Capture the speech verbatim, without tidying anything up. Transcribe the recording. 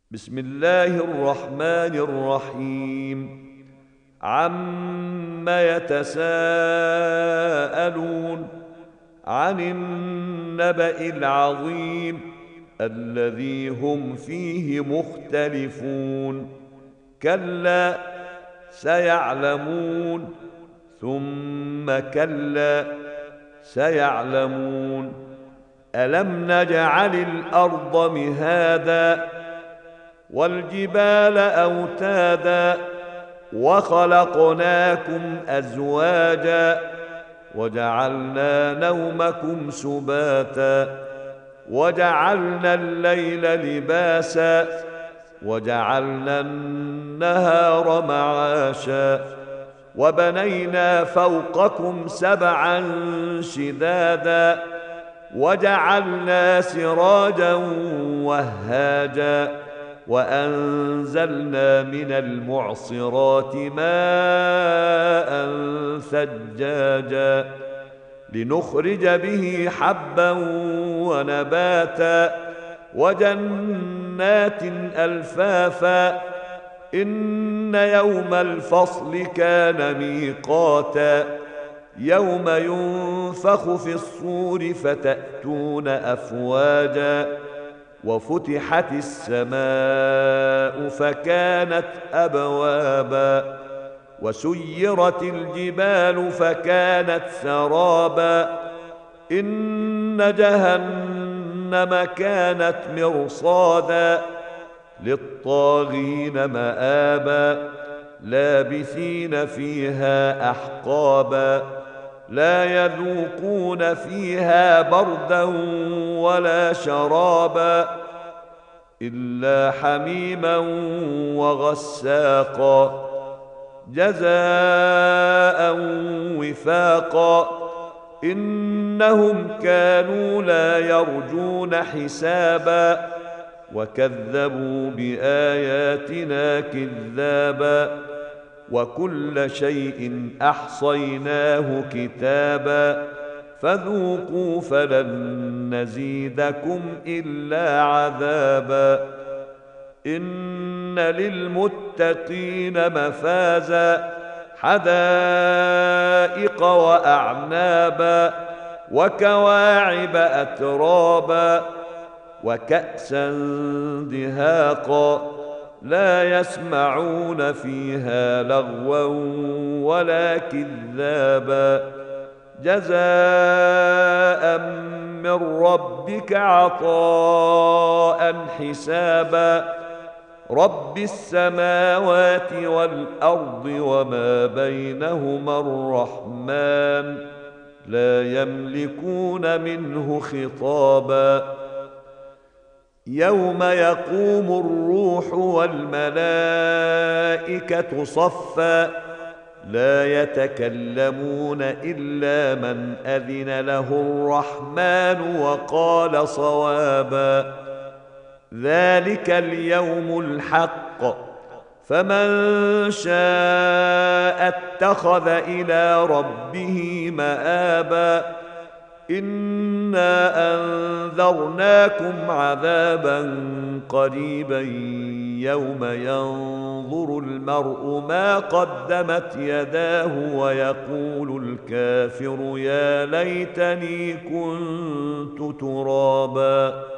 بسم الله الرحمن الرحيم. عم يتساءلون عن النبأ العظيم الذي هم فيه مختلفون. كلا سيعلمون ثم كلا سيعلمون. ألم نجعل الأرض مهادا والجبال أوتادا وخلقناكم أزواجا وجعلنا نومكم سباتا وجعلنا الليل لباسا وجعلنا النهار معاشا وبنينا فوقكم سبعا شدادا وجعلنا سراجا وهاجا وأنزلنا من المعصرات ماء ثجاجا لنخرج به حبا ونباتا وجنات ألفافا. إن يوم الفصل كان ميقاتا يوم ينفخ في الصور فتأتون أفواجا وفتحت السماء فكانت أبوابا وسيرت الجبال فكانت سرابا. إن جهنم كانت مرصادا للطاغين مآبا لابثين فيها أحقابا لا يذوقون فيها بردا ولا شرابا إلا حميما وغساقا جزاء وفاقا. إنهم كانوا لا يرجون حسابا وكذبوا بآياتنا كذابا وكل شيء أحصيناه كتابا فذوقوا فلن نزيدكم إلا عذابا. إن للمتقين مفازا حدائق وأعنابا وكواعب أترابا وكأسا دهاقا لا يسمعون فيها لغوا ولا كذابا جزاء من ربك عطاء حسابا. رب السماوات والأرض وما بينهما الرحمن لا يملكون منه خطابا. يوم يقوم الروح والملائكة صفا لا يتكلمون إلا من أذن له الرحمن وقال صوابا. ذلك اليوم الحق فمن شاء اتخذ إلى ربه مآبا. إنا أنذرناكم عذابا قريبا يوم ينظر المرء ما قدمت يداه ويقول الكافر يا ليتني كنت ترابا.